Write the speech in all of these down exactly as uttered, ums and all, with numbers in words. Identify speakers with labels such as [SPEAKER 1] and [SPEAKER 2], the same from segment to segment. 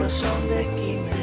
[SPEAKER 1] son de quimera.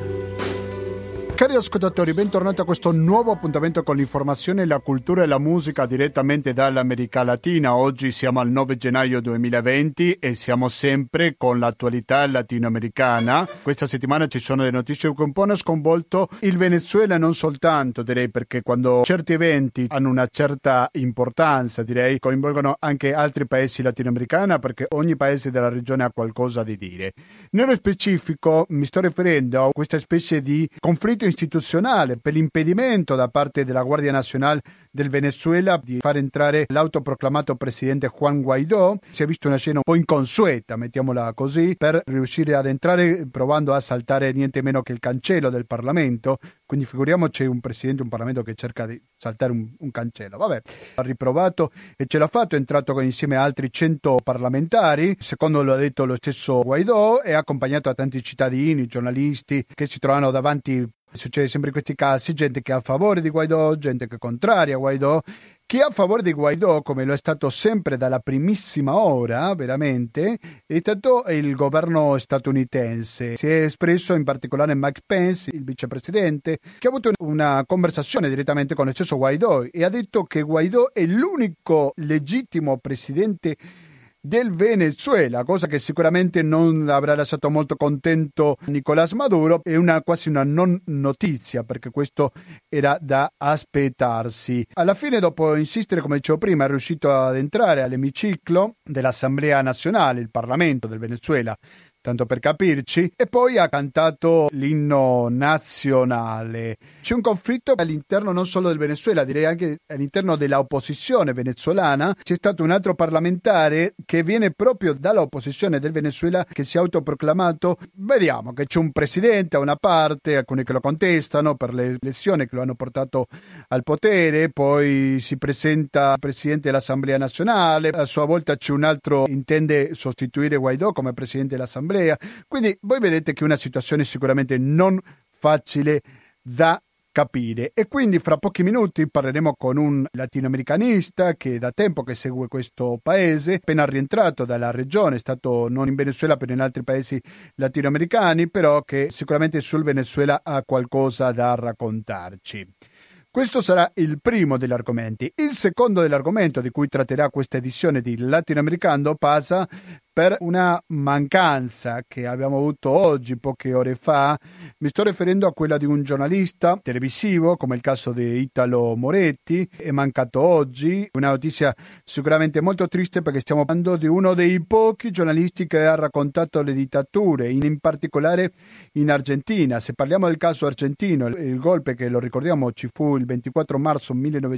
[SPEAKER 2] Cari ascoltatori, bentornati a questo nuovo appuntamento con l'informazione, la cultura e la musica direttamente dall'America Latina. Oggi siamo al nove gennaio duemilaventi e siamo sempre con l'attualità latinoamericana. Questa settimana ci sono delle notizie che un po' hanno sconvolto il Venezuela, non soltanto, direi, perché quando certi eventi hanno una certa importanza, direi, coinvolgono anche altri paesi latinoamericani, perché ogni paese della regione ha qualcosa da dire. Nello specifico mi sto riferendo a questa specie di conflitto istituzionale per l'impedimento da parte della Guardia Nazionale del Venezuela di far entrare l'autoproclamato presidente Juan Guaidó. Si è visto una scena un po' inconsueta, mettiamola così, per riuscire ad entrare provando a saltare niente meno che il cancello del Parlamento. Quindi figuriamoci un presidente, un Parlamento che cerca di saltare un, un cancello. Vabbè, ha riprovato e ce l'ha fatto, è entrato insieme a altri cento parlamentari, secondo lo ha detto lo stesso Guaidó, e ha accompagnato a tanti cittadini, giornalisti che si trovano davanti. Succede sempre in questi casi, gente che è a favore di Guaidó, gente che è contraria a Guaidó. Chi è a favore di Guaidó, come lo è stato sempre dalla primissima ora, veramente, è stato il governo statunitense. Si è espresso in particolare Mike Pence, il vicepresidente, che ha avuto una conversazione direttamente con lo stesso Guaidó e ha detto che Guaidó è l'unico legittimo presidente del Venezuela, cosa che sicuramente non avrà lasciato molto contento Nicolás Maduro. È una quasi una non notizia, perché questo era da aspettarsi. Alla fine, dopo insistere, come dicevo prima, è riuscito ad entrare all'emiciclo dell'Assemblea Nazionale, il Parlamento del Venezuela, tanto per capirci, e poi ha cantato l'inno nazionale. C'è un conflitto all'interno non solo del Venezuela, direi anche all'interno dell'opposizione venezuelana. C'è stato un altro parlamentare che viene proprio dall'opposizione del Venezuela, che si è autoproclamato. Vediamo che c'è un presidente a una parte, alcuni che lo contestano per le elezioni che lo hanno portato al potere, poi si presenta il presidente dell'Assemblea Nazionale, a sua volta c'è un altro che intende sostituire Guaidó come presidente dell'Assemblea. Quindi voi vedete che è una situazione sicuramente non facile da capire, e quindi fra pochi minuti parleremo con un latinoamericanista che è da tempo che segue questo paese, appena rientrato dalla regione, è stato non in Venezuela però in altri paesi latinoamericani, però che sicuramente sul Venezuela ha qualcosa da raccontarci. Questo sarà il primo degli argomenti. Il secondo dell'argomento di cui tratterà questa edizione di Latinoamericano passa per una mancanza che abbiamo avuto oggi, poche ore fa. Mi sto riferendo a quella di un giornalista televisivo, come il caso di Italo Moretti. È mancato oggi, una notizia sicuramente molto triste, perché stiamo parlando di uno dei pochi giornalisti che ha raccontato le dittature, in particolare in Argentina. Se parliamo del caso argentino, il golpe che, lo ricordiamo, ci fu il ventiquattro marzo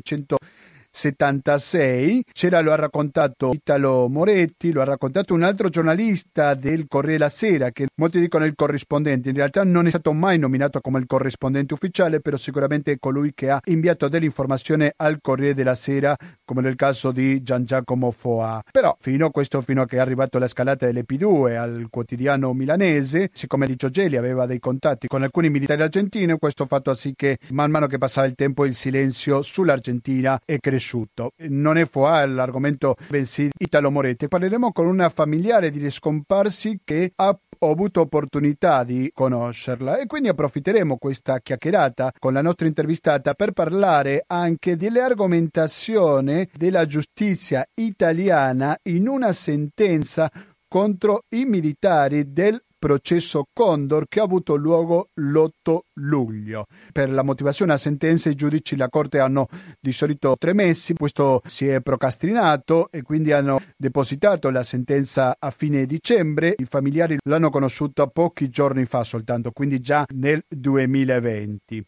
[SPEAKER 2] millenovecentosettantasei, c'era, lo ha raccontato Italo Moretti, lo ha raccontato un altro giornalista del Corriere della Sera, che molti dicono il corrispondente, in realtà non è stato mai nominato come il corrispondente ufficiale, però sicuramente è colui che ha inviato dell'informazione al Corriere della Sera, come nel caso di Gian Giacomo Foà. Però fino a questo, fino a che è arrivato la scalata delle P due al quotidiano milanese, siccome Licio Gelli aveva dei contatti con alcuni militari argentini, questo ha fatto sì che man mano che passava il tempo il silenzio sull'Argentina è cresciuto. Non è Foà l'argomento, bensì Italo Moretti. Parleremo con una familiare di scomparsi che ha avuto opportunità di conoscerla, e quindi approfitteremo questa chiacchierata con la nostra intervistata per parlare anche delle argomentazioni della giustizia italiana in una sentenza contro i militari del processo Condor, che ha avuto luogo l'otto luglio. Per la motivazione a sentenza i giudici, la Corte, hanno di solito tre mesi, questo si è procrastinato e quindi hanno depositato la sentenza a fine dicembre. I familiari l'hanno conosciuta pochi giorni fa soltanto, quindi già nel duemilaventi.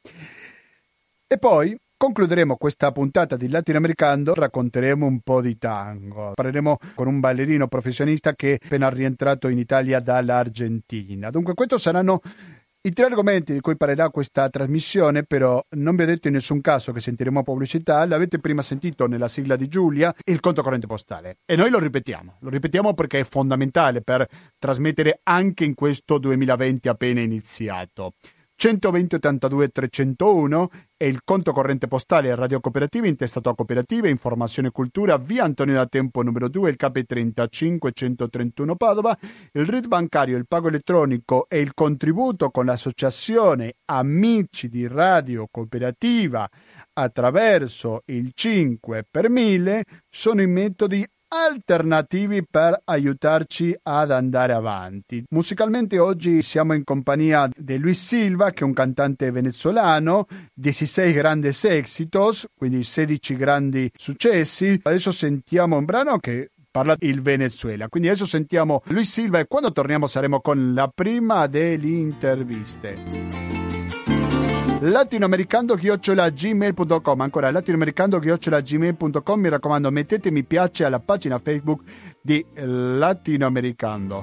[SPEAKER 2] E poi concluderemo questa puntata di Latinoamericano, racconteremo un po' di tango. Parleremo con un ballerino professionista che è appena rientrato in Italia dall'Argentina. Dunque, questi saranno i tre argomenti di cui parlerà questa trasmissione, però non vi ho detto in nessun caso che sentiremo pubblicità. L'avete prima sentito nella sigla di Giulia, il conto corrente postale. E noi lo ripetiamo, lo ripetiamo perché è fondamentale per trasmettere anche in questo duemilaventi appena iniziato. centoventi ottantadue trecentouno e il conto corrente postale Radio Cooperativa intestato a Cooperative, Informazione e Cultura, via Antonio da Tempo numero due, il K trentacinque centotrentuno Padova, il R I D bancario, il pago elettronico e il contributo con l'associazione Amici di Radio Cooperativa attraverso il cinque per mille sono i metodi alternativi per aiutarci ad andare avanti. Musicalmente oggi siamo in compagnia di Luis Silva, che è un cantante venezuelano, diciassei grandi éxitos, quindi sedici grandi successi. Adesso sentiamo un brano che parla il Venezuela, quindi adesso sentiamo Luis Silva e quando torniamo saremo con la prima delle interviste. latinoamericando chiocciola gmail punto com, ancora latinoamericando chiocciola gmail punto com, mi raccomando mettete mi piace alla pagina Facebook di Latinoamericando.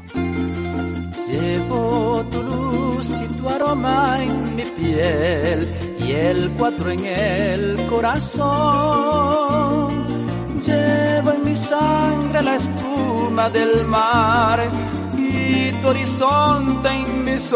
[SPEAKER 1] Llevo tu luz y tu aroma en mi piel y el cuatro en el corazón. Llevo en mi sangre la espuma del mar y tu horizonte en mis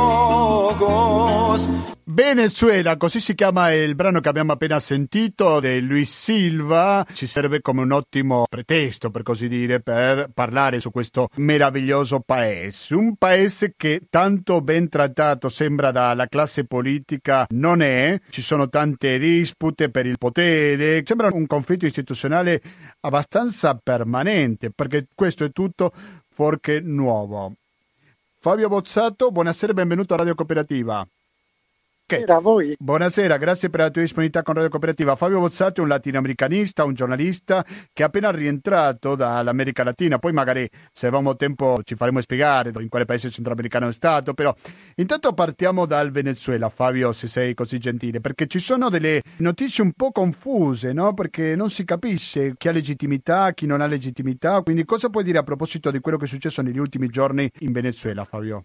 [SPEAKER 1] ojos.
[SPEAKER 2] Venezuela, così si chiama il brano che abbiamo appena sentito di Luis Silva. Ci serve come un ottimo pretesto, per così dire, per parlare su questo meraviglioso paese. Un paese che tanto ben trattato sembra dalla classe politica non è. Ci sono tante dispute per il potere. Sembra un conflitto istituzionale abbastanza permanente, perché questo è tutto fuorché nuovo. Fabio Bozzato, buonasera e benvenuto a Radio Cooperativa.
[SPEAKER 3] Buonasera a voi.
[SPEAKER 2] Buonasera, grazie per la tua disponibilità con Radio Cooperativa. Fabio Bozzato è un latinoamericanista, un giornalista che è appena rientrato dall'America Latina. Poi magari se avevamo tempo ci faremo spiegare in quale paese centroamericano è stato, però intanto partiamo dal Venezuela, Fabio, se sei così gentile, perché ci sono delle notizie un po' confuse, no? Perché non si capisce chi ha legittimità, chi non ha legittimità. Quindi cosa puoi dire a proposito di quello che è successo negli ultimi giorni in Venezuela, Fabio?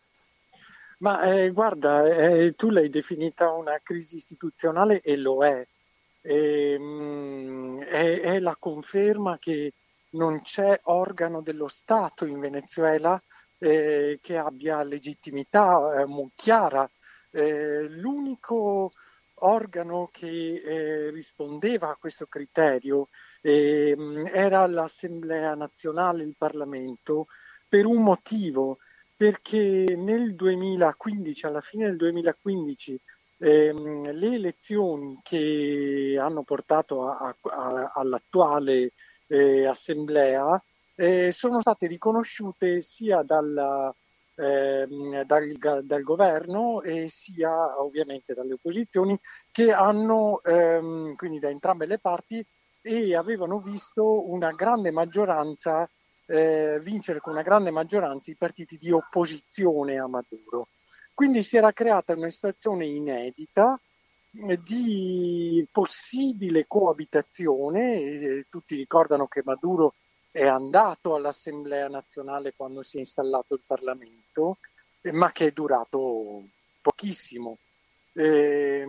[SPEAKER 3] Ma eh, guarda, eh, tu l'hai definita una crisi istituzionale e lo è. E, mh, è. È la conferma che non c'è organo dello Stato in Venezuela eh, che abbia legittimità eh, chiara. Eh, l'unico organo che eh, rispondeva a questo criterio eh, era l'Assemblea nazionale, il Parlamento, per un motivo. Perché nel duemilaquindici, alla fine del duemilaquindici, ehm, le elezioni che hanno portato a, a, all'attuale eh, assemblea eh, sono state riconosciute sia dalla, ehm, dal, dal governo e sia ovviamente dalle opposizioni, che hanno, ehm, quindi da entrambe le parti, e avevano visto una grande maggioranza Eh, vincere con una grande maggioranza i partiti di opposizione a Maduro. Quindi si era creata una situazione inedita eh, di possibile coabitazione. Eh, tutti ricordano che Maduro è andato all'Assemblea nazionale quando si è installato il Parlamento, eh, ma che è durato pochissimo. Eh,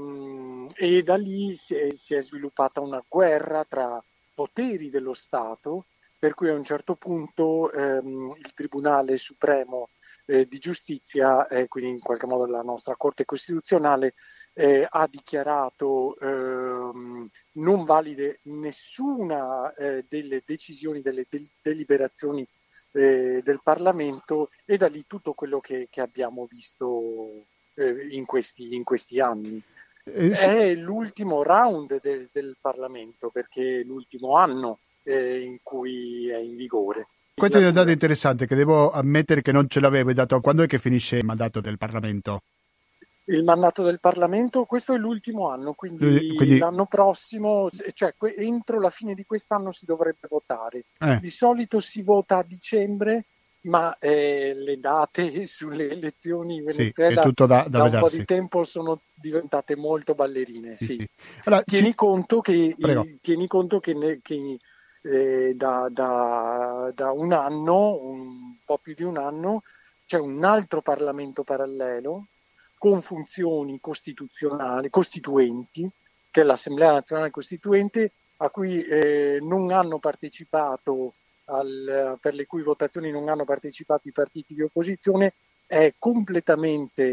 [SPEAKER 3] e da lì si è, si è sviluppata una guerra tra poteri dello Stato, per cui a un certo punto ehm, il Tribunale Supremo eh, di Giustizia, eh, quindi in qualche modo la nostra Corte Costituzionale, eh, ha dichiarato ehm, non valide nessuna eh, delle decisioni, delle del- deliberazioni eh, del Parlamento, e da lì tutto quello che, che abbiamo visto eh, in questi, in questi anni.
[SPEAKER 2] Eh, sì.
[SPEAKER 3] È l'ultimo round del, del Parlamento, perché è l'ultimo anno in cui è in vigore.
[SPEAKER 2] Questo è un dato interessante che devo ammettere che non ce l'avevo dato. Quando è che finisce il mandato del Parlamento?
[SPEAKER 3] Il mandato del Parlamento, questo è l'ultimo anno, quindi, quindi... l'anno prossimo, cioè entro la fine di quest'anno si dovrebbe votare. Eh. Di solito si vota a dicembre, ma eh, le date sulle elezioni in Venezuela
[SPEAKER 2] sì, da, da,
[SPEAKER 3] da un po' di tempo sono diventate molto ballerine. Sì, sì. Sì. Allora, tieni, ci... conto che, eh, tieni conto che, ne, che Eh, da, da, da un anno, un po' più di un anno, c'è un altro Parlamento parallelo con funzioni costituzionali, costituenti, che è l'Assemblea Nazionale Costituente, a cui eh, non hanno partecipato, al, per le cui votazioni non hanno partecipato i partiti di opposizione. È completamente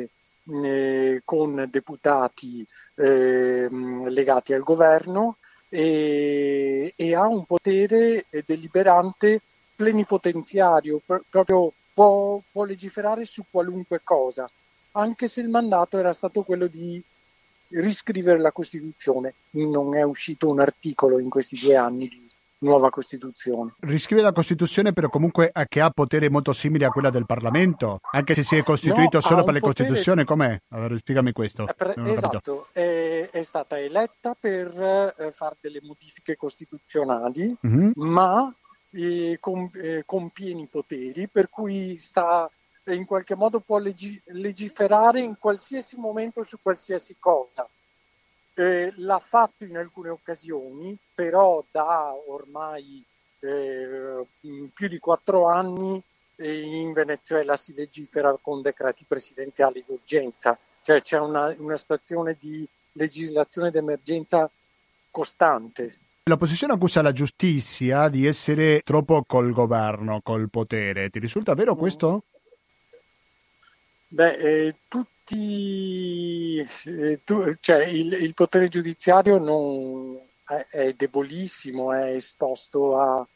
[SPEAKER 3] eh, con deputati eh, legati al governo e, e ha un potere deliberante plenipotenziario, pr- proprio può, può legiferare su qualunque cosa, anche se il mandato era stato quello di riscrivere la Costituzione. Non è uscito un articolo in questi due anni di nuova Costituzione.
[SPEAKER 2] Riscrive la Costituzione, però comunque a che ha potere molto simile a quella del Parlamento, anche se si è costituito
[SPEAKER 3] No,
[SPEAKER 2] solo
[SPEAKER 3] ha
[SPEAKER 2] per
[SPEAKER 3] un
[SPEAKER 2] le
[SPEAKER 3] potere...
[SPEAKER 2] Costituzioni, com'è? Allora, spiegami questo.
[SPEAKER 3] Eh, per-
[SPEAKER 2] Non ho capito.
[SPEAKER 3] esatto, è, è stata eletta per eh, fare delle modifiche costituzionali,
[SPEAKER 2] Mhm.
[SPEAKER 3] ma eh, con, eh, con pieni poteri, per cui sta eh, in qualche modo può legi- legiferare in qualsiasi momento su qualsiasi cosa. Eh, l'ha fatto in alcune occasioni, però da ormai eh, più di quattro anni eh, in Venezuela si legifera con decreti presidenziali d'urgenza, cioè c'è una, una situazione di legislazione d'emergenza costante.
[SPEAKER 2] L'opposizione accusa la giustizia di essere troppo col governo, col potere. Ti risulta vero questo?
[SPEAKER 3] Beh, eh, tutti, eh, tu- cioè il, il potere giudiziario non, è, è debolissimo, è esposto a,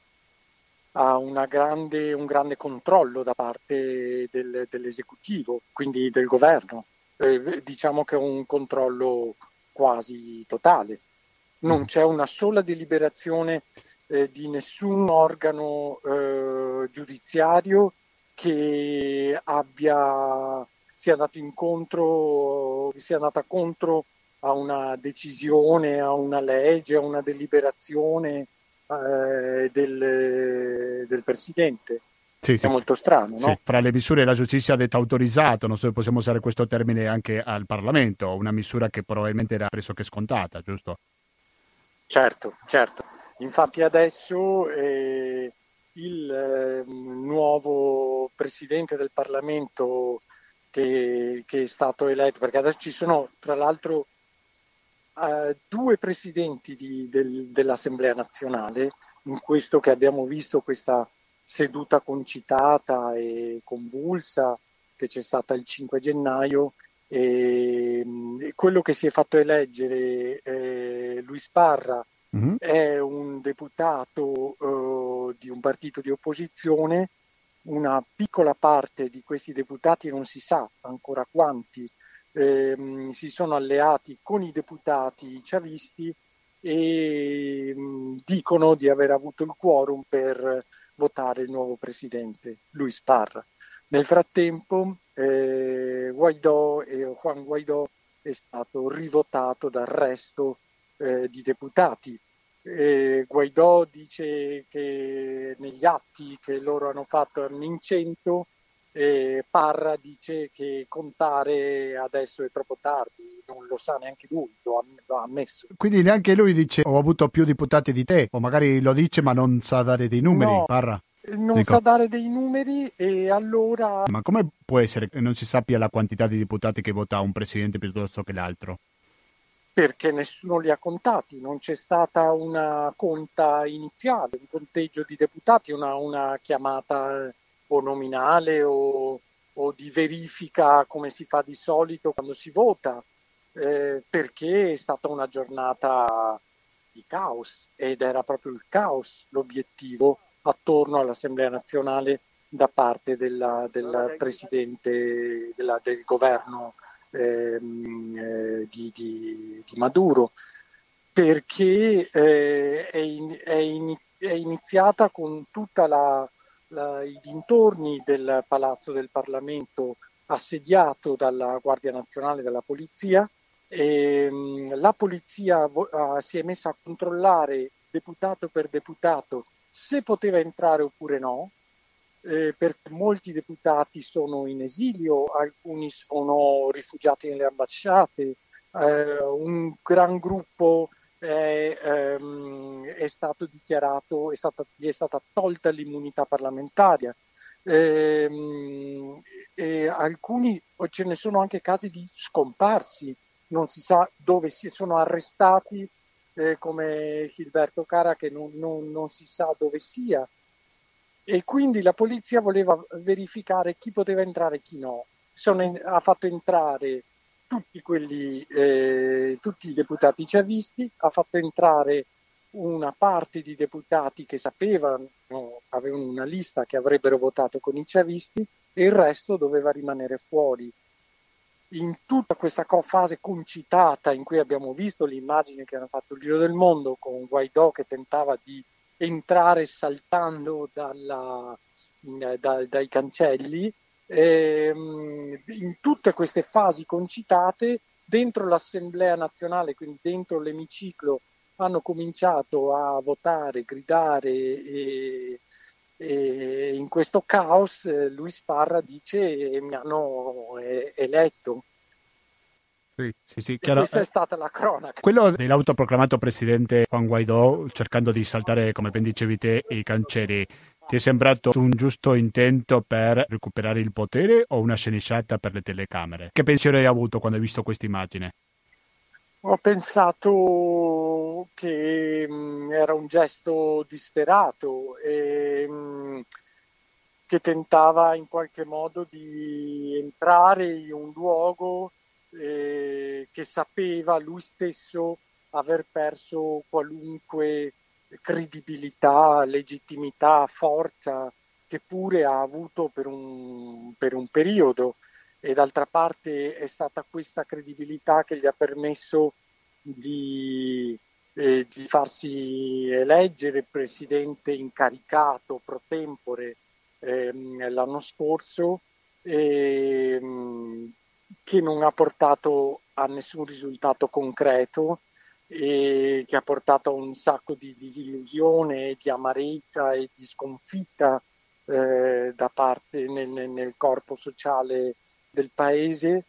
[SPEAKER 3] a una grande, un grande controllo da parte del, dell'esecutivo, quindi del governo. Eh, diciamo che è un controllo quasi totale. Non c'è una sola deliberazione eh, di nessun organo eh, giudiziario che abbia sia andato incontro, sia andata contro a una decisione, a una legge, a una deliberazione eh, del, del presidente.
[SPEAKER 2] Sì,
[SPEAKER 3] È
[SPEAKER 2] sì.
[SPEAKER 3] molto strano,
[SPEAKER 2] Sì,
[SPEAKER 3] no?
[SPEAKER 2] fra le misure la giustizia ha detto autorizzato, non so se possiamo usare questo termine anche al Parlamento, una misura che probabilmente era pressoché scontata, giusto?
[SPEAKER 3] Certo, certo. Infatti adesso eh, il eh, nuovo presidente del Parlamento che, che è stato eletto, perché adesso ci sono tra l'altro eh, due presidenti di- del- dell'Assemblea nazionale, in questo che abbiamo visto questa seduta concitata e convulsa che c'è stata il cinque gennaio, e, mh, quello che si è fatto eleggere, eh, Luis Parra,
[SPEAKER 2] Mhm.
[SPEAKER 3] è un deputato eh, di un partito di opposizione. Una piccola parte di questi deputati, non si sa ancora quanti, ehm, si sono alleati con i deputati chavisti e mh, dicono di aver avuto il quorum per votare il nuovo presidente, Luis Parra. Nel frattempo eh, Guaidó e Juan Guaidó è stato rivotato dal resto eh, di deputati. Eh, Guaidó dice che negli atti che loro hanno fatto erano in cento, e Parra dice che contare adesso è troppo tardi, non lo sa neanche lui, lo ha, lo ha ammesso.
[SPEAKER 2] Quindi neanche lui dice ho avuto più deputati di te, o magari lo dice ma non sa dare dei numeri,
[SPEAKER 3] No,
[SPEAKER 2] Parra.
[SPEAKER 3] non
[SPEAKER 2] Dico,
[SPEAKER 3] sa dare dei numeri e allora
[SPEAKER 2] ma come può essere che non si sappia la quantità di deputati che vota un presidente piuttosto che l'altro?
[SPEAKER 3] perché nessuno li ha contati, non c'è stata una conta iniziale, un conteggio di deputati, una, una chiamata o nominale o, o di verifica come si fa di solito quando si vota, eh, perché è stata una giornata di caos ed era proprio il caos l'obiettivo attorno all'Assemblea nazionale da parte della, del presidente della, del governo ehm, eh, di, di, di Maduro, perché eh, è, in, è, in, è iniziata con tutta la, la, i dintorni del Palazzo del Parlamento assediato dalla Guardia Nazionale e dalla Polizia. E, mh, la polizia vo- uh, si è messa a controllare deputato per deputato se poteva entrare oppure no, eh, perché molti deputati sono in esilio, alcuni sono rifugiati nelle ambasciate, eh, un gran gruppo è, ehm, è stato dichiarato, è stata, gli è stata tolta l'immunità parlamentaria. Ehm, e alcuni, ce ne sono anche casi di scomparsi, non si sa dove si sono arrestati, eh, come Gilberto Cara che non, non, non si sa dove sia. E quindi la polizia voleva verificare chi poteva entrare e chi no. sono in, ha fatto entrare tutti quelli, eh, tutti i deputati chavisti, ha fatto entrare una parte di deputati che sapevano, avevano una lista che avrebbero votato con i chavisti, e il resto doveva rimanere fuori. In tutta questa fase concitata in cui abbiamo visto le immagini che hanno fatto il giro del mondo con Guaidó che tentava di entrare saltando dalla, da, dai cancelli, ehm, in tutte queste fasi concitate dentro l'Assemblea nazionale, quindi dentro l'emiciclo, hanno cominciato a votare, gridare e, e in questo caos eh, Luis Parra dice eh, mi hanno eh, eletto.
[SPEAKER 2] Sì, sì, sì,
[SPEAKER 3] E
[SPEAKER 2] chiaro.
[SPEAKER 3] questa è stata la cronaca.
[SPEAKER 2] Quello dell'autoproclamato presidente Juan Guaidó cercando di saltare, come ben dicevi te, i cancelli, ti è sembrato un giusto intento per recuperare il potere o una sceneggiata per le telecamere? Che pensiero hai avuto quando hai visto questa immagine?
[SPEAKER 3] Ho pensato che mh, era un gesto disperato e mh, che tentava in qualche modo di entrare in un luogo eh, che sapeva lui stesso aver perso qualunque credibilità, legittimità, forza che pure ha avuto per un, per un periodo. E d'altra parte è stata questa credibilità che gli ha permesso di, eh, di farsi eleggere presidente incaricato pro tempore ehm, l'anno scorso, ehm, che non ha portato a nessun risultato concreto e che ha portato a un sacco di disillusione, di amarezza e di sconfitta eh, da parte nel, nel corpo sociale del paese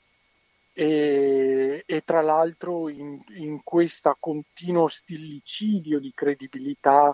[SPEAKER 3] e, e tra l'altro in, in questo continuo stillicidio di credibilità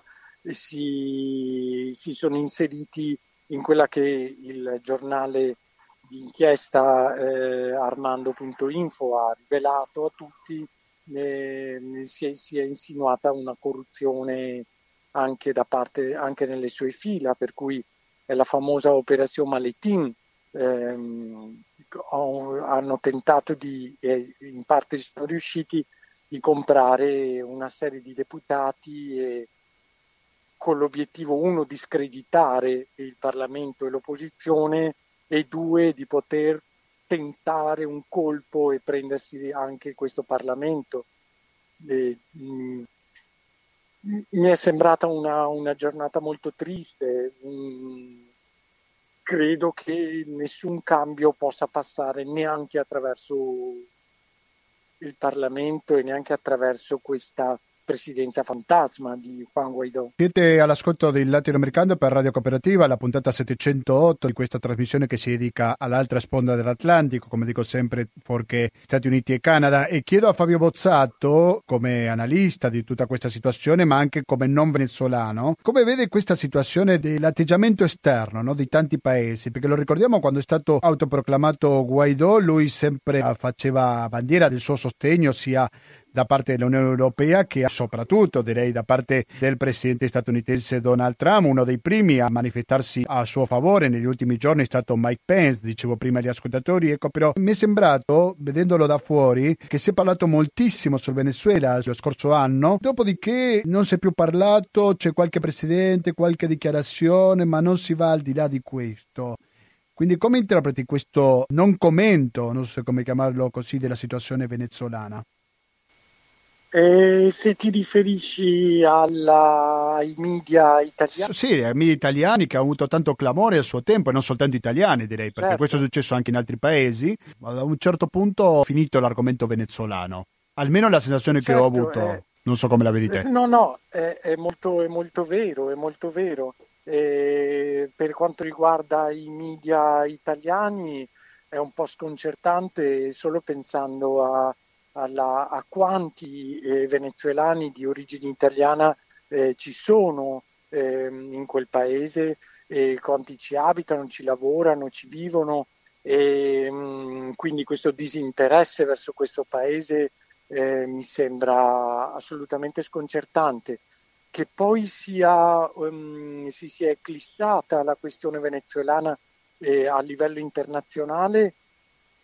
[SPEAKER 3] si, si sono inseriti in quella che il giornale di inchiesta eh, Armando punto info ha rivelato a tutti, eh, si, è, si è insinuata una corruzione anche da parte, anche nelle sue fila, per cui è la famosa operazione Maletin. Ehm, hanno tentato di, e in parte sono riusciti, di comprare una serie di deputati e, con l'obiettivo uno di screditare il Parlamento e l'opposizione e due di poter tentare un colpo e prendersi anche questo Parlamento. E, mh, mi è sembrata una, una giornata molto triste. Mh, credo che nessun cambio possa passare neanche attraverso il Parlamento e neanche attraverso questa presidenza fantasma di Juan Guaidó.
[SPEAKER 2] Siete all'ascolto del Latinoamericano per Radio Cooperativa, la puntata settecentootto di questa trasmissione che si dedica all'altra sponda dell'Atlantico, come dico sempre, fuorché Stati Uniti e Canada, e chiedo a Fabio Bozzato, come analista di tutta questa situazione, ma anche come non venezuelano, come vede questa situazione dell'atteggiamento esterno, no, di tanti paesi, perché lo ricordiamo quando è stato autoproclamato Guaidó, lui sempre faceva bandiera del suo sostegno sia da parte dell'Unione Europea che soprattutto direi da parte del presidente statunitense Donald Trump. Uno dei primi a manifestarsi a suo favore negli ultimi giorni è stato Mike Pence, dicevo prima agli ascoltatori, ecco, però mi è sembrato, vedendolo da fuori, che si è parlato moltissimo sul Venezuela lo scorso anno, dopodiché non si è più parlato, c'è qualche presidente, qualche dichiarazione, ma non si va al di là di questo. Quindi come interpreti questo non commento, non so come chiamarlo così, della situazione venezuelana?
[SPEAKER 3] E se ti riferisci alla, ai media italiani?
[SPEAKER 2] Sì, ai media italiani che hanno avuto tanto clamore al suo tempo, e non soltanto italiani direi, perché certo, questo è successo anche in altri paesi, ma a un certo punto ho finito l'argomento venezuelano, almeno la sensazione certo, che ho avuto, eh, non so come la vedi te.
[SPEAKER 3] No, no, è, è, molto, è molto vero, è molto vero. E per quanto riguarda i media italiani è un po' sconcertante solo pensando a Alla, a quanti eh, venezuelani di origine italiana eh, ci sono eh, in quel paese, eh, quanti ci abitano, ci lavorano, ci vivono, e mh, quindi questo disinteresse verso questo paese eh, mi sembra assolutamente sconcertante. Che poi sia, um, si sia eclissata la questione venezuelana eh, a livello internazionale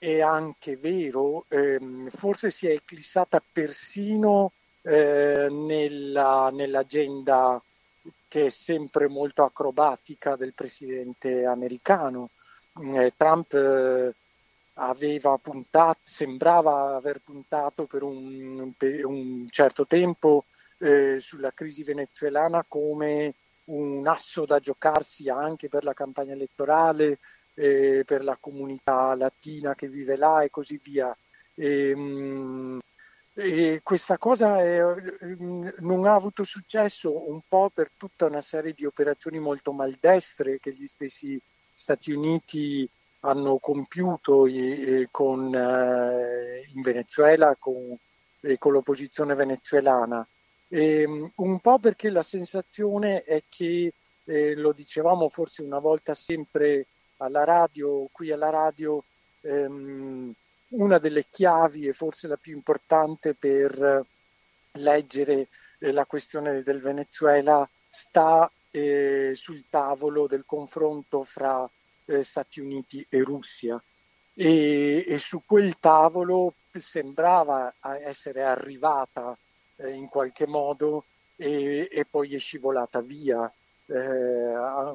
[SPEAKER 3] è anche vero, ehm, forse si è eclissata persino eh, nella, nell'agenda che è sempre molto acrobatica del presidente americano. Eh, Trump eh, aveva puntato, sembrava aver puntato per un, per un certo tempo eh, sulla crisi venezuelana come un asso da giocarsi anche per la campagna elettorale, eh, per la comunità latina che vive là e così via. E, mh, e questa cosa è, non ha avuto successo un po' per tutta una serie di operazioni molto maldestre che gli stessi Stati Uniti hanno compiuto eh, con, eh, in Venezuela con, eh, con l'opposizione venezuelana. E, un po' perché la sensazione è che, eh, lo dicevamo forse una volta sempre alla radio, qui alla radio, ehm, una delle chiavi e forse la più importante per leggere eh, la questione del Venezuela sta eh, sul tavolo del confronto fra eh, Stati Uniti e Russia e, e su quel tavolo sembrava essere arrivata eh, in qualche modo e, e poi è scivolata via. Eh,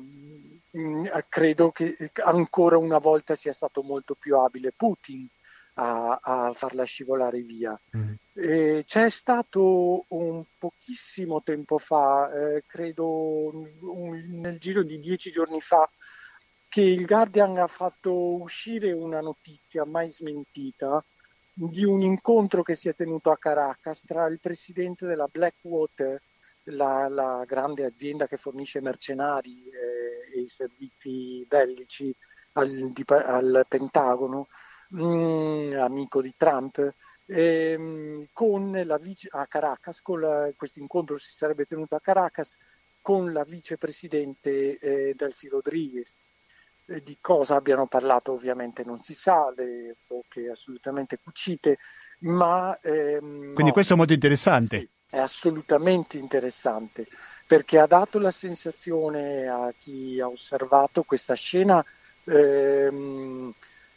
[SPEAKER 3] credo che ancora una volta sia stato molto più abile Putin a, a farla scivolare via. Mm. Eh, c'è stato un pochissimo tempo fa, eh, credo un, nel giro di dieci giorni fa, che il Guardian ha fatto uscire una notizia mai smentita di un incontro che si è tenuto a Caracas tra il presidente della Blackwater, la, la grande azienda che fornisce mercenari eh, e servizi bellici al, al Pentagono, mh, amico di Trump, ehm, con la vice, a Caracas, con la, questo incontro si sarebbe tenuto a Caracas con la vicepresidente eh, Delcy Rodriguez. Eh, di cosa abbiano parlato ovviamente non si sa, le bocche assolutamente cucite, ma... Ehm,
[SPEAKER 2] Quindi no, questo è molto interessante.
[SPEAKER 3] Sì, è assolutamente interessante, perché ha dato la sensazione a chi ha osservato questa scena ehm,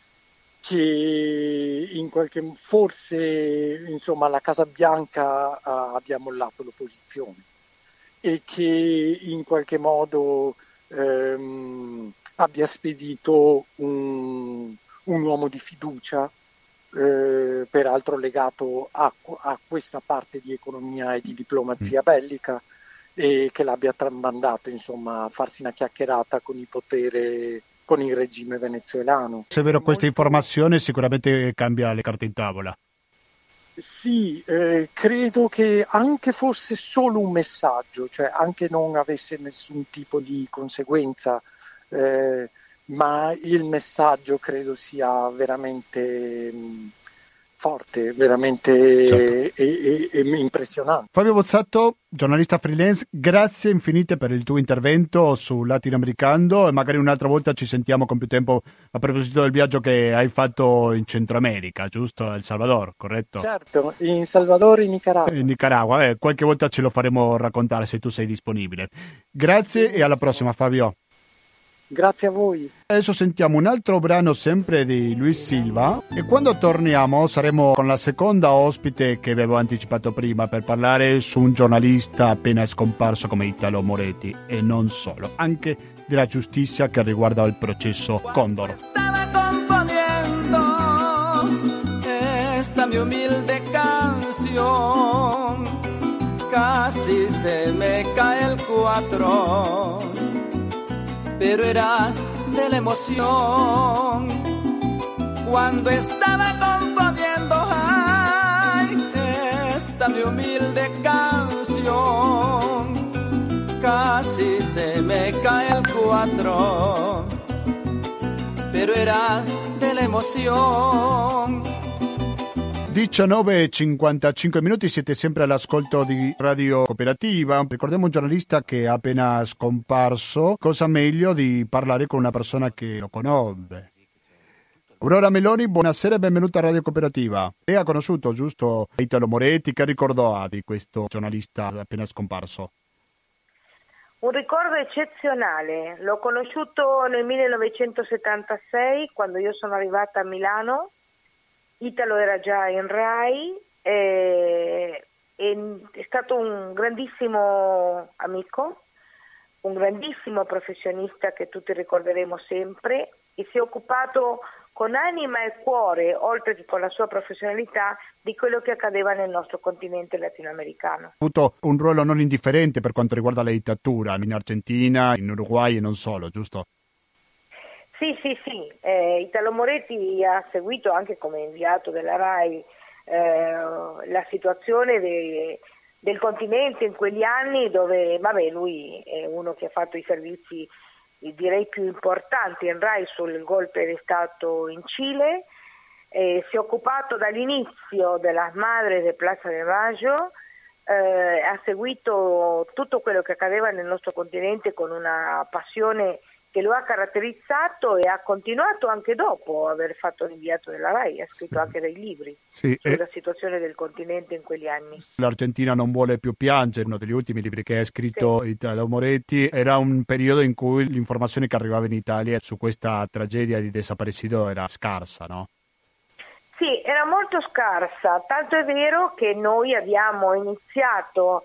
[SPEAKER 3] che in qualche forse insomma la Casa Bianca ha, abbia mollato l'opposizione e che in qualche modo ehm, abbia spedito un, un uomo di fiducia, eh, peraltro legato a, a questa parte di economia e di diplomazia bellica, e che l'abbia tramandato insomma a farsi una chiacchierata con il potere, con il regime venezuelano.
[SPEAKER 2] Se è vero, questa informazione sicuramente cambia le carte in tavola.
[SPEAKER 3] Sì, eh, credo che anche fosse solo un messaggio, cioè anche non avesse nessun tipo di conseguenza, eh, ma il messaggio credo sia veramente mh, forte, veramente certo. e, e, e impressionante.
[SPEAKER 2] Fabio Bozzato, giornalista freelance, grazie infinite per il tuo intervento su Latinoamericano e magari un'altra volta ci sentiamo con più tempo a proposito del viaggio che hai fatto in Centro America, giusto? El Salvador, corretto?
[SPEAKER 3] Certo, in Salvador e in Nicaragua.
[SPEAKER 2] In Nicaragua, eh, qualche volta ce lo faremo raccontare se tu sei disponibile. Grazie sì, e alla prossima, Fabio.
[SPEAKER 3] Grazie a voi.
[SPEAKER 2] Adesso sentiamo un altro brano sempre di Luis Silva e quando torniamo saremo con la seconda ospite che avevo anticipato prima per parlare su un giornalista appena scomparso come Italo Moretti e non solo, anche della giustizia che riguarda il processo Condor.
[SPEAKER 1] Stava componiendo esta mi humilde canción, casi se me cae el cuatro. Pero era de la emoción cuando estaba componiendo ay, esta mi humilde canción, casi se me cae el cuatro, pero era de la emoción.
[SPEAKER 2] diciannove e cinquantacinque minuti, siete sempre all'ascolto di Radio Cooperativa. Ricordiamo un giornalista che è appena scomparso, cosa meglio di parlare con una persona che lo conobbe. Aurora Meloni, buonasera e benvenuta a Radio Cooperativa. Lei ha conosciuto, giusto, Italo Moretti, che ricordo ha di questo giornalista appena scomparso?
[SPEAKER 4] Un ricordo eccezionale, l'ho conosciuto nel millenovecentosettantasei quando io sono arrivata a Milano Italo era già in Rai, eh, è, è stato un grandissimo amico, un grandissimo professionista che tutti ricorderemo sempre, e si è occupato con anima e cuore, oltre che con la sua professionalità, di quello che accadeva nel nostro continente latinoamericano.
[SPEAKER 2] Ha avuto un ruolo non indifferente per quanto riguarda la dittatura in Argentina, in Uruguay e non solo, giusto?
[SPEAKER 4] Sì, sì, sì. Eh, Italo Moretti ha seguito anche come inviato della Rai eh, la situazione de, del continente in quegli anni, dove, vabbè, lui è uno che ha fatto i servizi direi più importanti in Rai sul golpe di Stato in Cile, eh, si è occupato dall'inizio della madre de Plaza de Mayo, eh, ha seguito tutto quello che accadeva nel nostro continente con una passione che lo ha caratterizzato e ha continuato anche dopo aver fatto l'inviato della Rai, ha scritto sì. anche dei libri sì, sulla e... situazione del continente in quegli anni.
[SPEAKER 2] L'Argentina non vuole più piangere, uno degli ultimi libri che ha scritto sì. Italo Moretti, era un periodo in cui l'informazione che arrivava in Italia su questa tragedia di desaparecido era scarsa, no?
[SPEAKER 4] Sì, era molto scarsa, tanto è vero che noi abbiamo iniziato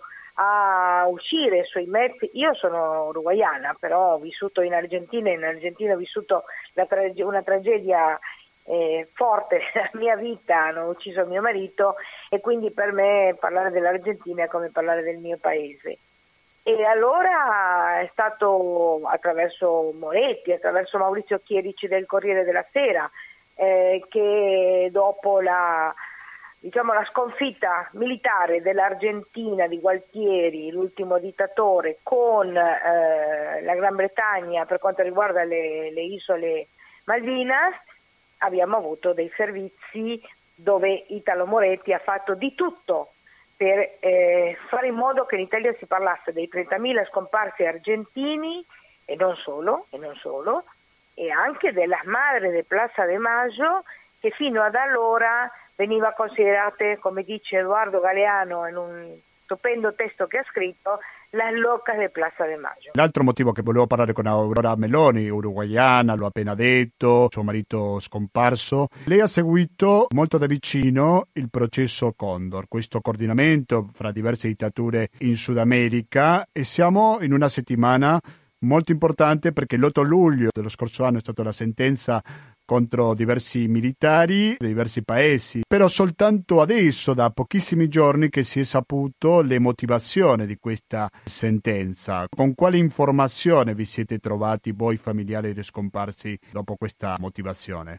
[SPEAKER 4] a uscire sui mezzi. Io sono uruguaiana, però ho vissuto in Argentina e in Argentina ho vissuto la trage- una tragedia eh, forte nella mia vita, hanno ucciso mio marito e quindi per me parlare dell'Argentina è come parlare del mio paese. E allora è stato attraverso Moretti, attraverso Maurizio Chierici del Corriere della Sera, eh, che dopo la diciamo la sconfitta militare dell'Argentina di Gualtieri, l'ultimo dittatore, con eh, la Gran Bretagna per quanto riguarda le, le isole Malvinas, abbiamo avuto dei servizi dove Italo Moretti ha fatto di tutto per eh, fare in modo che in Italia si parlasse dei trentamila scomparsi argentini e non solo, e non solo, e anche della madre de Plaza de Mayo, che fino ad allora veniva considerate, come dice Edoardo Galeano in un stupendo testo che ha scritto, las locas de Plaza de Mayo.
[SPEAKER 2] L'altro motivo che volevo parlare con Aurora Meloni, uruguaiana, l'ho appena detto, suo marito scomparso. Lei ha seguito molto da vicino il processo Condor, questo coordinamento fra diverse dittature in Sud America, e siamo in una settimana molto importante perché l'otto luglio dello scorso anno è stata la sentenza contro diversi militari di diversi paesi, però soltanto adesso, da pochissimi giorni, che si è saputo le motivazioni di questa sentenza. Con quale informazione vi siete trovati voi familiari dei scomparsi dopo questa motivazione?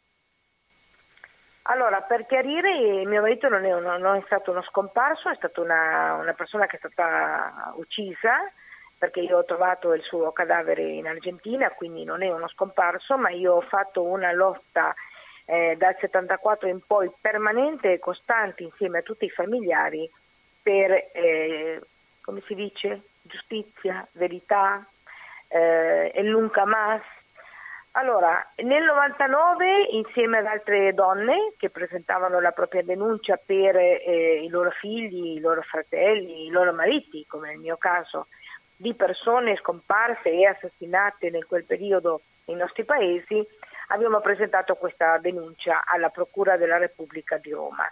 [SPEAKER 4] Allora, per chiarire, mio marito non è, uno, non è stato uno scomparso, è stata una, una persona che è stata uccisa, perché io ho trovato il suo cadavere in Argentina, quindi non è uno scomparso, ma io ho fatto una lotta eh, dal settantaquattro in poi permanente e costante insieme a tutti i familiari per, eh, come si dice, giustizia, verità, eh, e nunca más. Allora, nel novantanove, insieme ad altre donne che presentavano la propria denuncia per eh, i loro figli, i loro fratelli, i loro mariti, come nel mio caso, di persone scomparse e assassinate nel quel periodo nei nostri paesi, abbiamo presentato questa denuncia alla Procura della Repubblica di Roma.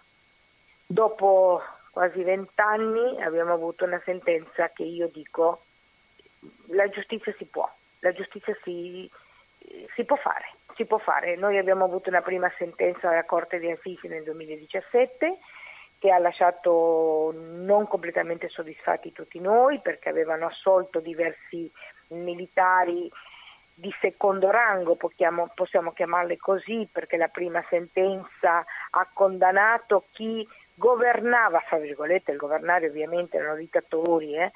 [SPEAKER 4] Dopo quasi vent'anni abbiamo avuto una sentenza che io dico, la giustizia si può, la giustizia si, si può fare, si può fare. Noi abbiamo avuto una prima sentenza dalla Corte di Assisi nel duemiladiciassette, che ha lasciato non completamente soddisfatti tutti noi, perché avevano assolto diversi militari di secondo rango, possiamo, possiamo chiamarle così, perché la prima sentenza ha condannato chi governava, fra virgolette, il governare ovviamente erano dittatori, eh,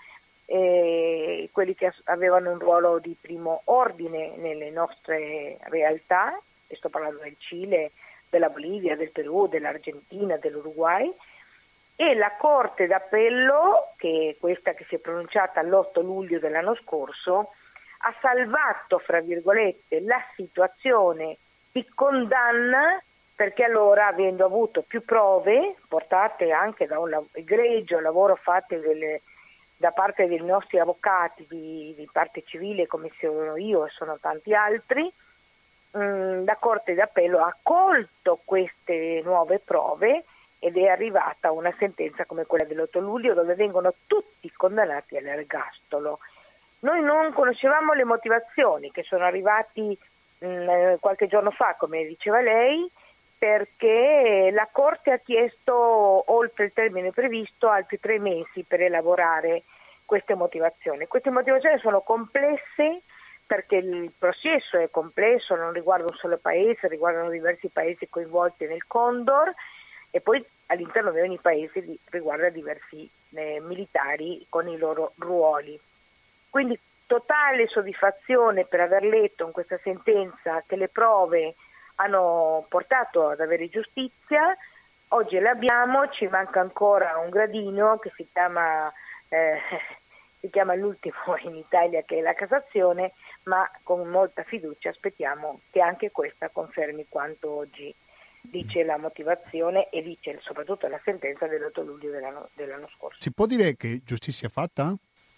[SPEAKER 4] e quelli che avevano un ruolo di primo ordine nelle nostre realtà, e sto parlando del Cile, della Bolivia, del Perù, dell'Argentina, dell'Uruguay. E la Corte d'Appello, che è questa che si è pronunciata l'otto luglio dell'anno scorso, ha salvato, fra virgolette, la situazione di condanna, perché allora, avendo avuto più prove, portate anche da un egregio lavoro fatto delle, da parte dei nostri avvocati di, di parte civile, come sono io e sono tanti altri, mh, la Corte d'Appello ha accolto queste nuove prove ed è arrivata una sentenza come quella dell'otto luglio, dove vengono tutti condannati all'ergastolo. Noi non conoscevamo le motivazioni che sono arrivati mh, qualche giorno fa, come diceva lei, perché la Corte ha chiesto, oltre il termine previsto, altri tre mesi per elaborare queste motivazioni. Queste motivazioni sono complesse perché il processo è complesso, non riguarda un solo paese, riguardano diversi paesi coinvolti nel Condor, e poi all'interno di ogni paese riguarda diversi eh, militari con i loro ruoli. Quindi totale soddisfazione per aver letto in questa sentenza che le prove hanno portato ad avere giustizia. Oggi le abbiamo, ci manca ancora un gradino che si chiama, eh, si chiama l'ultimo in Italia, che è la Cassazione, ma con molta fiducia aspettiamo che anche questa confermi quanto oggi dice la motivazione e dice soprattutto la sentenza dell'otto luglio dell'anno, dell'anno scorso.
[SPEAKER 2] Si può dire che giustizia è fatta?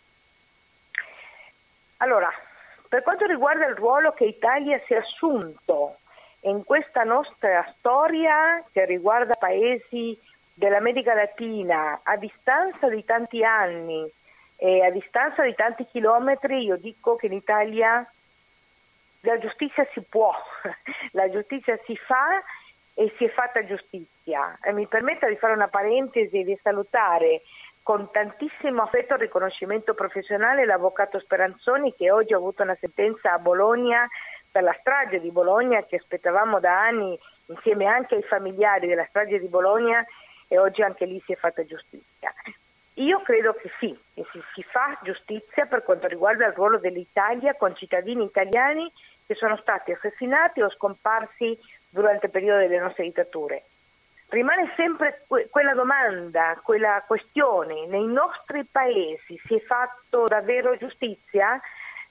[SPEAKER 4] Allora, per quanto riguarda il ruolo che Italia si è assunto in questa nostra storia che riguarda paesi dell'America Latina a distanza di tanti anni e a distanza di tanti chilometri, io dico che in Italia la giustizia si può, la giustizia si fa e si è fatta giustizia. E mi permetta di fare una parentesi e di salutare con tantissimo affetto e riconoscimento professionale l'avvocato Speranzoni, che oggi ha avuto una sentenza a Bologna per la strage di Bologna, che aspettavamo da anni insieme anche ai familiari della strage di Bologna, e oggi anche lì si è fatta giustizia. Io credo che sì, che si, si fa giustizia per quanto riguarda il ruolo dell'Italia con cittadini italiani che sono stati assassinati o scomparsi durante il periodo delle nostre dittature. Rimane sempre que- quella domanda, quella questione: nei nostri paesi si è fatto davvero giustizia?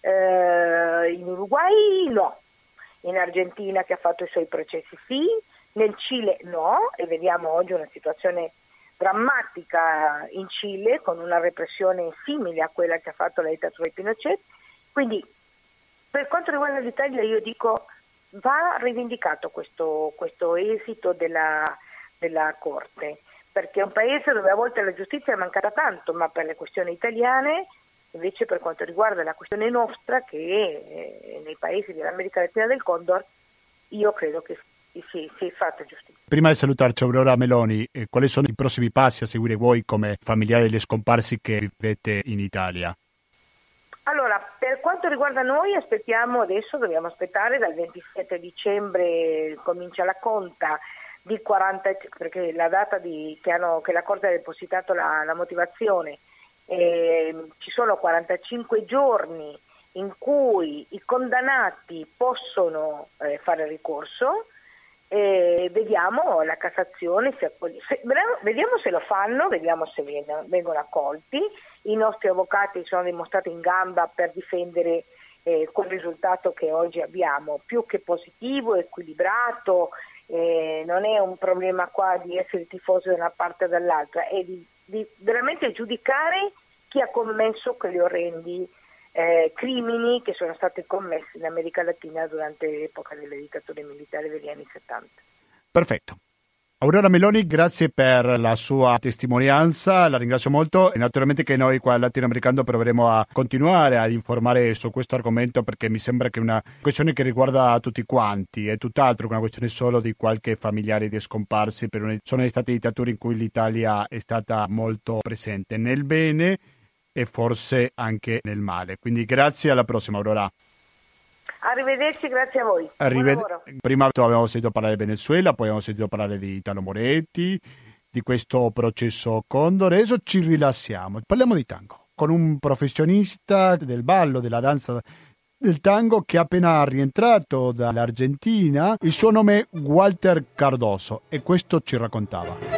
[SPEAKER 4] Eh, in Uruguay no, in Argentina, che ha fatto i suoi processi, sì, nel Cile no, e vediamo oggi una situazione drammatica in Cile con una repressione simile a quella che ha fatto la dittatura di Pinochet. Quindi per quanto riguarda l'Italia io dico va rivendicato questo, questo esito della, della Corte, perché è un paese dove a volte la giustizia è mancata tanto, ma per le questioni italiane, invece per quanto riguarda la questione nostra, che è nei paesi dell'America Latina del Condor, io credo che si, si è fatta giustizia.
[SPEAKER 2] Prima di salutarci, Aurora Meloni, eh, quali sono i prossimi passi a seguire voi come familiari degli scomparsi che vivete in Italia?
[SPEAKER 4] Allora, per quanto riguarda noi, aspettiamo adesso, dobbiamo aspettare dal ventisette dicembre, comincia la conta di quaranta, perché la data di, che, hanno, che la Corte ha depositato la, la motivazione, eh, ci sono quarantacinque giorni in cui i condannati possono eh, fare ricorso, e vediamo la Cassazione, se, se, vediamo se lo fanno, vediamo se vengono, vengono accolti. I nostri avvocati sono dimostrati in gamba per difendere eh, quel risultato che oggi abbiamo, più che positivo, equilibrato, eh, non è un problema qua di essere tifoso da una parte o dall'altra, è di, di veramente giudicare chi ha commesso quegli orrendi eh, crimini che sono stati commessi in America Latina durante l'epoca delle dittature militari degli anni settanta.
[SPEAKER 2] Perfetto. Aurora Meloni, grazie per la sua testimonianza, la ringrazio molto e naturalmente che noi qua al Latinoamericano proveremo a continuare ad informare su questo argomento, perché mi sembra che è una questione che riguarda tutti quanti, è tutt'altro che una questione solo di qualche familiare di scomparsi. Per una... Sono state dittature in cui l'Italia è stata molto presente nel bene e forse anche nel male. Quindi grazie, alla prossima Aurora.
[SPEAKER 4] Arrivederci, grazie a voi.
[SPEAKER 2] Arrived- Prima abbiamo sentito parlare di Venezuela, poi abbiamo sentito parlare di Italo Moretti, di questo processo Condor. Adesso ci rilassiamo, parliamo di tango con un professionista del ballo, della danza del tango, che è appena rientrato dall'Argentina. Il suo nome è Walter Cardoso e questo ci raccontava.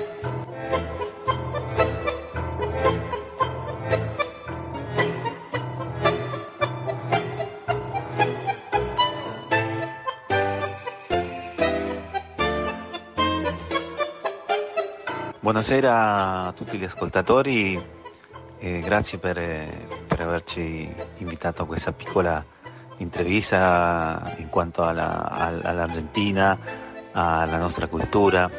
[SPEAKER 5] Buonasera a tutti gli ascoltatori e grazie per, per averci invitato a questa piccola intervista in quanto alla, all'Argentina, alla nostra cultura.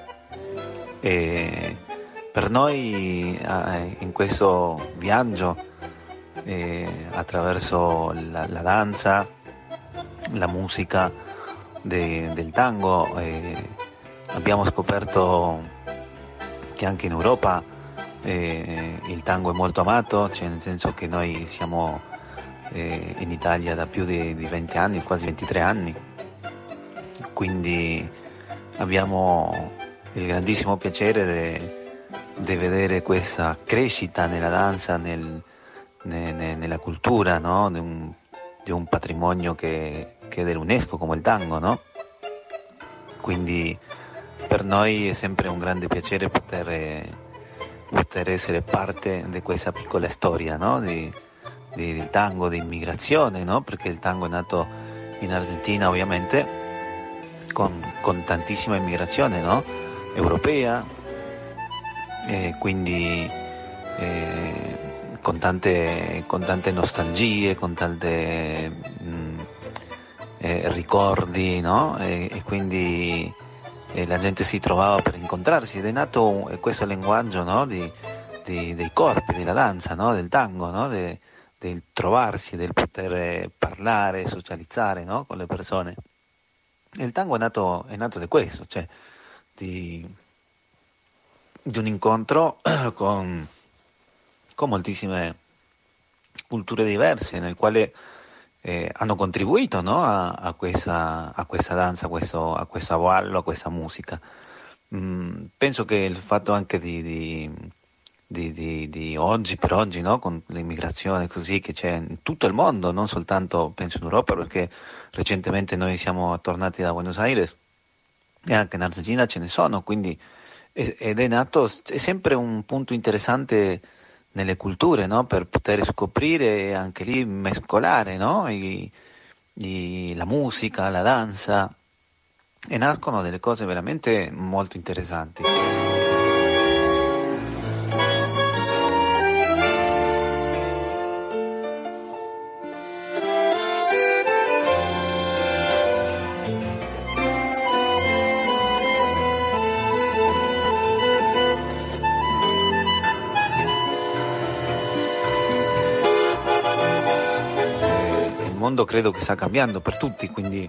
[SPEAKER 5] E per noi eh, in questo viaggio eh, attraverso la, la danza, la musica de, del tango, eh, abbiamo scoperto che anche in Europa eh, il tango è molto amato, cioè nel senso che noi siamo eh, in Italia da più di, di venti anni, quasi ventitré anni, quindi abbiamo il grandissimo piacere di vedere questa crescita nella danza, nel, ne, ne, nella cultura, no? di, un, di un patrimonio che, che è dell'UNESCO come il tango, no? Quindi per noi è sempre un grande piacere poter, poter essere parte di questa piccola storia, no? di, di, del tango, di immigrazione, no? Perché il tango è nato in Argentina ovviamente con, con tantissima immigrazione, no? Europea, e quindi eh, con, tante, con tante nostalgie, con tante mh, eh, ricordi, no? E, e quindi eh, la gente si trovava per incontrarsi ed è nato eh, questo linguaggio, no? di, di, dei corpi, della danza, no? Del tango, no? De, del trovarsi, del poter parlare, socializzare, no? Con le persone. E il tango è nato, è nato di questo, cioè di, di un incontro con, con moltissime culture diverse, nel quale eh, hanno contribuito, no? a, a, questa, a questa danza, a questo, a questo ballo, a questa musica. Mm, penso che il fatto anche di, di, di, di, di oggi per oggi, no? Con l'immigrazione così che c'è in tutto il mondo, non soltanto penso in Europa, perché recentemente noi siamo tornati da Buenos Aires e anche in Argentina ce ne sono, quindi ed è nato, è sempre un punto interessante nelle culture, no? Per poter scoprire e anche lì mescolare, no? I, i, la musica, la danza, e nascono delle cose veramente molto interessanti. Il mondo credo che sta cambiando per tutti, quindi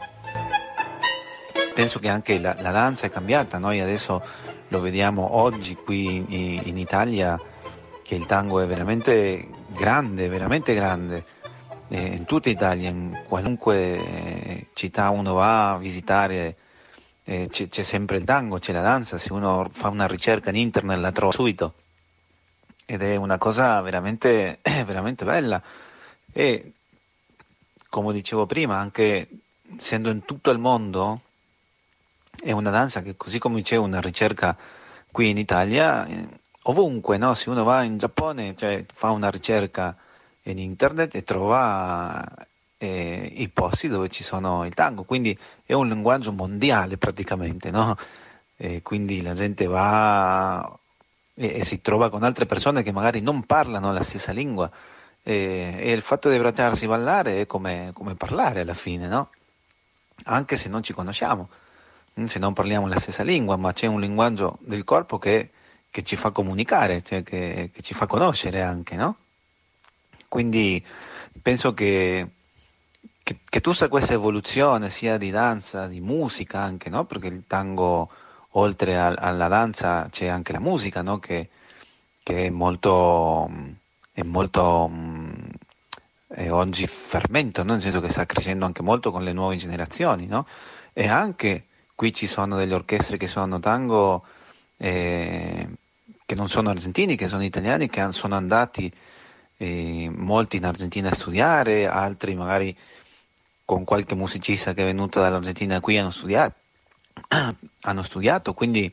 [SPEAKER 5] penso che anche la, la danza è cambiata. Noi adesso lo vediamo oggi qui in, in Italia, che il tango è veramente grande, veramente grande, eh, in tutta Italia, in qualunque città uno va a visitare eh, c'è, c'è sempre il tango, c'è la danza. Se uno fa una ricerca in internet la trova subito, ed è una cosa veramente, veramente bella. E come dicevo prima, anche essendo in tutto il mondo, è una danza che, così come c'è una ricerca qui in Italia, eh, ovunque, no? Se uno va in Giappone, cioè, fa una ricerca in internet e trova eh, i posti dove ci sono il tango, quindi è un linguaggio mondiale praticamente, no? E quindi la gente va e, e si trova con altre persone che magari non parlano la stessa lingua. E, e il fatto di abbracciarsi e ballare è come, come parlare alla fine, no? Anche se non ci conosciamo, se non parliamo la stessa lingua, ma c'è un linguaggio del corpo che, che ci fa comunicare, cioè che, che ci fa conoscere anche, no? Quindi penso che, che, che tutta questa evoluzione, sia di danza, di musica anche, no? Perché il tango, oltre a, alla danza, c'è anche la musica, no? Che, che è molto... è molto mh, è oggi fermento, no? Nel senso che sta crescendo anche molto con le nuove generazioni, no? E anche qui ci sono delle orchestre che suonano tango eh, che non sono argentini, che sono italiani, che sono andati eh, molti in Argentina a studiare, altri magari con qualche musicista che è venuto dall'Argentina qui hanno studiato, hanno studiato, quindi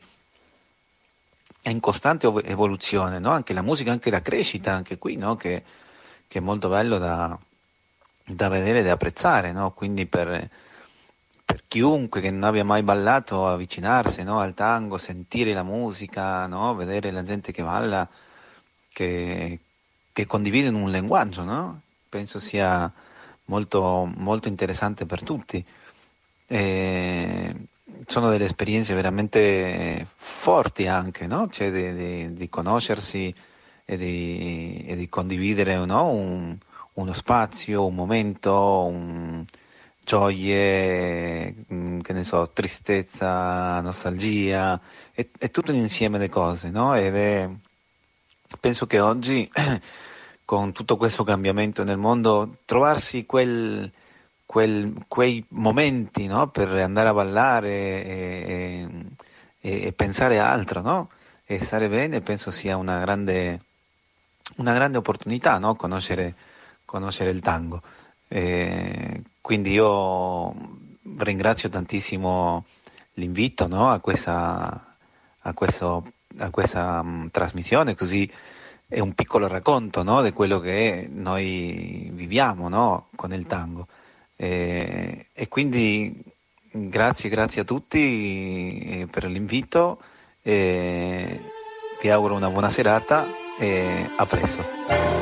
[SPEAKER 5] è in costante evoluzione, no? Anche la musica, anche la crescita, anche qui, no? Che, che è molto bello da, da vedere e da apprezzare, no? Quindi per, per chiunque che non abbia mai ballato, avvicinarsi, no? Al tango, sentire la musica, no? Vedere la gente che balla, che, che condividono un linguaggio, no? Penso sia molto, molto interessante per tutti. E sono delle esperienze veramente forti anche, no? Cioè di, di, di conoscersi e di, e di condividere, no? un, uno spazio, un momento, un, gioie, che ne so, tristezza, nostalgia, è, è tutto un insieme di cose, no? Ed è, penso che oggi con tutto questo cambiamento nel mondo, trovarsi quel, quel, quei momenti, no? Per andare a ballare e, e, e pensare a altro, no? E stare bene, penso sia una grande, una grande opportunità, no? Conoscere, conoscere il tango. E quindi io ringrazio tantissimo l'invito, no? a questa, a questo, a questa um, trasmissione, così è un piccolo racconto, no? Di quello che noi viviamo, no? Con il tango. E, e quindi grazie, grazie a tutti per l'invito, e vi auguro una buona serata e a presto.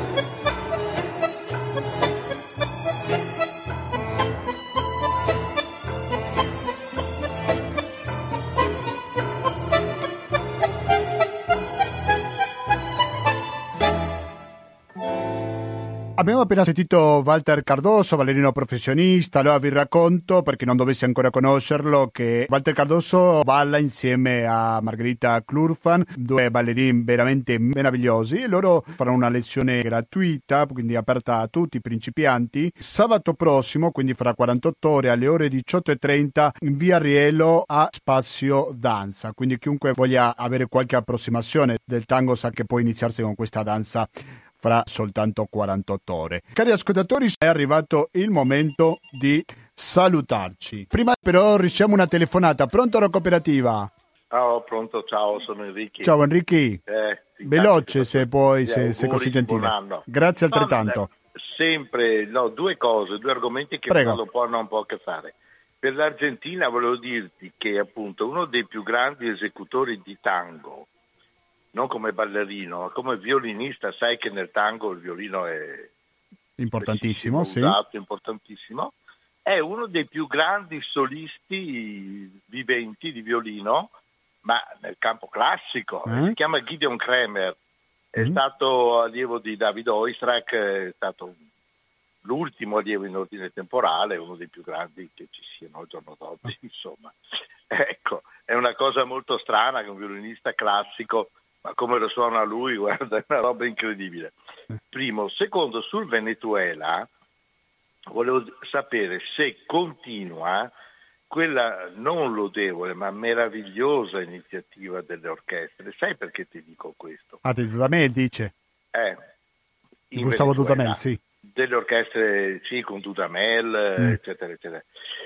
[SPEAKER 2] Abbiamo appena sentito Walter Cardoso, ballerino professionista. Allora vi racconto, per chi non dovesse ancora conoscerlo, che Walter Cardoso balla insieme a Margherita Klurfan, due ballerini veramente meravigliosi, e loro faranno una lezione gratuita, quindi aperta a tutti i principianti, sabato prossimo, quindi fra quarantotto ore, alle ore diciotto e trenta, in via Rielo a Spazio Danza. Quindi chiunque voglia avere qualche approssimazione del tango sa che può iniziarsi con questa danza fra soltanto quarantotto ore. Cari ascoltatori, è arrivato il momento di salutarci. Prima però riceviamo una telefonata. Pronto, la cooperativa?
[SPEAKER 6] Oh, pronto, ciao, sono Enrico.
[SPEAKER 2] Ciao Enrico.
[SPEAKER 6] Eh,
[SPEAKER 2] Veloce se puoi, se,
[SPEAKER 6] auguri,
[SPEAKER 2] se così gentile.
[SPEAKER 6] buon anno.
[SPEAKER 2] Grazie altrettanto.
[SPEAKER 6] No, sempre, no, due cose, due argomenti che
[SPEAKER 2] Prego.
[SPEAKER 6] non hanno un po' a che fare. Per l'Argentina volevo dirti che appunto uno dei più grandi esecutori di tango, non come ballerino, ma come violinista, sai che nel tango il violino è
[SPEAKER 2] importantissimo, sì.
[SPEAKER 6] Usato, importantissimo. È uno dei più grandi solisti viventi di violino, ma nel campo classico.
[SPEAKER 2] Eh?
[SPEAKER 6] Si chiama Gideon Kremer, è
[SPEAKER 2] Mm.
[SPEAKER 6] stato allievo di David Oistrakh, è stato l'ultimo allievo in ordine temporale, uno dei più grandi che ci siano al giorno d'oggi, insomma. Ecco, è una cosa molto strana che un violinista classico, ma come lo suona lui, guarda, è una roba incredibile. Primo. Secondo, sul Venezuela, volevo sapere se continua quella non lodevole, ma meravigliosa iniziativa delle orchestre. Sai perché ti dico questo?
[SPEAKER 2] Ah, di Dudamel dice?
[SPEAKER 6] Eh, in
[SPEAKER 2] Gustavo
[SPEAKER 6] Venezuela,
[SPEAKER 2] Dudamel, sì.
[SPEAKER 6] Delle orchestre, sì, con Dudamel,
[SPEAKER 2] Mm.
[SPEAKER 6] eccetera, eccetera.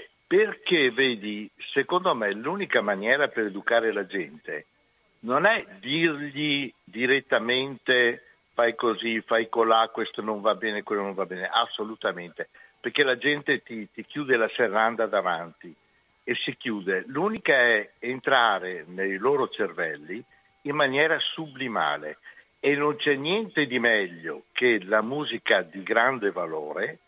[SPEAKER 6] Perché, vedi, secondo me l'unica maniera per educare la gente non è dirgli direttamente fai così, fai colà, questo non va bene, quello non va bene, assolutamente, perché la gente ti, ti chiude la serranda davanti e si chiude. L'unica è entrare nei loro cervelli in maniera sublimale, e non c'è niente di meglio che la musica di grande valore,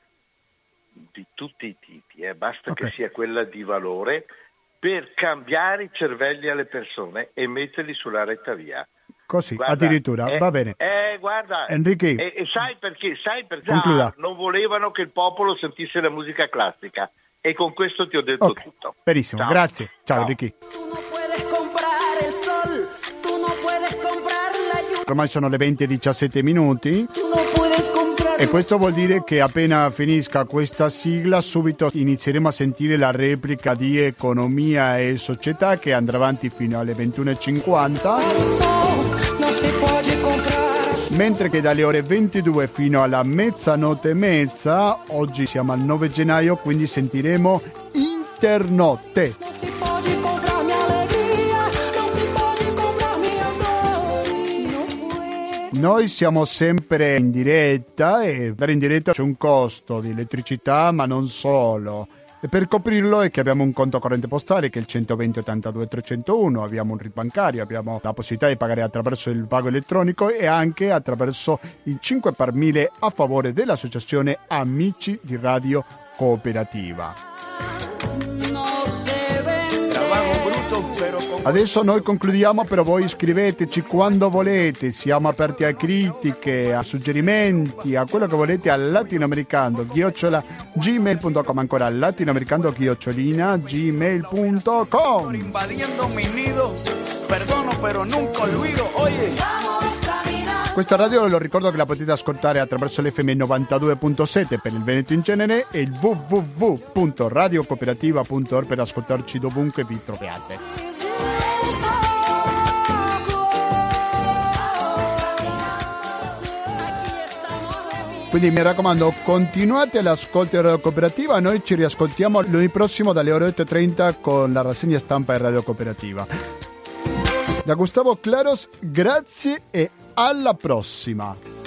[SPEAKER 6] di tutti i tipi, eh, basta
[SPEAKER 2] Okay.
[SPEAKER 6] che sia quella di valore, per cambiare i cervelli alle persone e metterli sulla retta via.
[SPEAKER 2] Così,
[SPEAKER 6] Guarda,
[SPEAKER 2] addirittura,
[SPEAKER 6] eh,
[SPEAKER 2] va bene.
[SPEAKER 6] Eh, guarda,
[SPEAKER 2] Enrico.
[SPEAKER 6] e, e sai perché? Sai perché
[SPEAKER 2] Concluda.
[SPEAKER 6] Ah, non volevano che il popolo sentisse la musica classica, e con questo ti ho detto
[SPEAKER 2] Ok,
[SPEAKER 6] tutto.
[SPEAKER 2] benissimo,
[SPEAKER 6] Ciao.
[SPEAKER 2] grazie. Ciao,
[SPEAKER 6] Ciao.
[SPEAKER 2] Enrico.
[SPEAKER 7] Tú no puedes comprar el sol, tú no puedes comprar la lluvia,
[SPEAKER 2] Ormai sono le venti e diciassette minuti.
[SPEAKER 7] tú no puedes comprar
[SPEAKER 2] E questo vuol dire che appena finisca questa sigla, subito inizieremo a sentire la replica di Economia e Società, che andrà avanti fino alle ventuno e cinquanta,
[SPEAKER 7] el sol, no se puede comprar.
[SPEAKER 2] mentre che dalle ore ventidue fino alla mezzanotte e mezza, oggi siamo al nove gennaio, quindi sentiremo Internotte.
[SPEAKER 7] No se puede comprar mi alegría, no se puede comprar mis dores, no puede.
[SPEAKER 2] Noi siamo sempre in diretta, e andare in diretta c'è un costo di elettricità, ma non solo. E per coprirlo è che abbiamo un conto corrente postale che è il centoventi ottantadue trecentouno, abbiamo un R I D bancario, abbiamo la possibilità di pagare attraverso il pago elettronico e anche attraverso il cinque per mille a favore dell'associazione Amici di Radio Cooperativa. Adesso noi concludiamo, però voi scriveteci quando volete, siamo aperti a critiche, a suggerimenti, a quello che volete al latinoamericano chiocciola gmail punto com, ancora latinoamericano chiocciolina gmail punto com. Questa radio lo ricordo che la potete ascoltare attraverso l'F M novantadue virgola sette per il Veneto in genere e il w w w punto radio cooperativa punto org per ascoltarci dovunque vi troviate. Quindi mi raccomando, continuate l'ascolto di Radio Cooperativa, noi ci riascoltiamo lunedì prossimo dalle ore otto e trenta con la rassegna stampa di Radio Cooperativa. Da Gustavo Claros, grazie e alla prossima!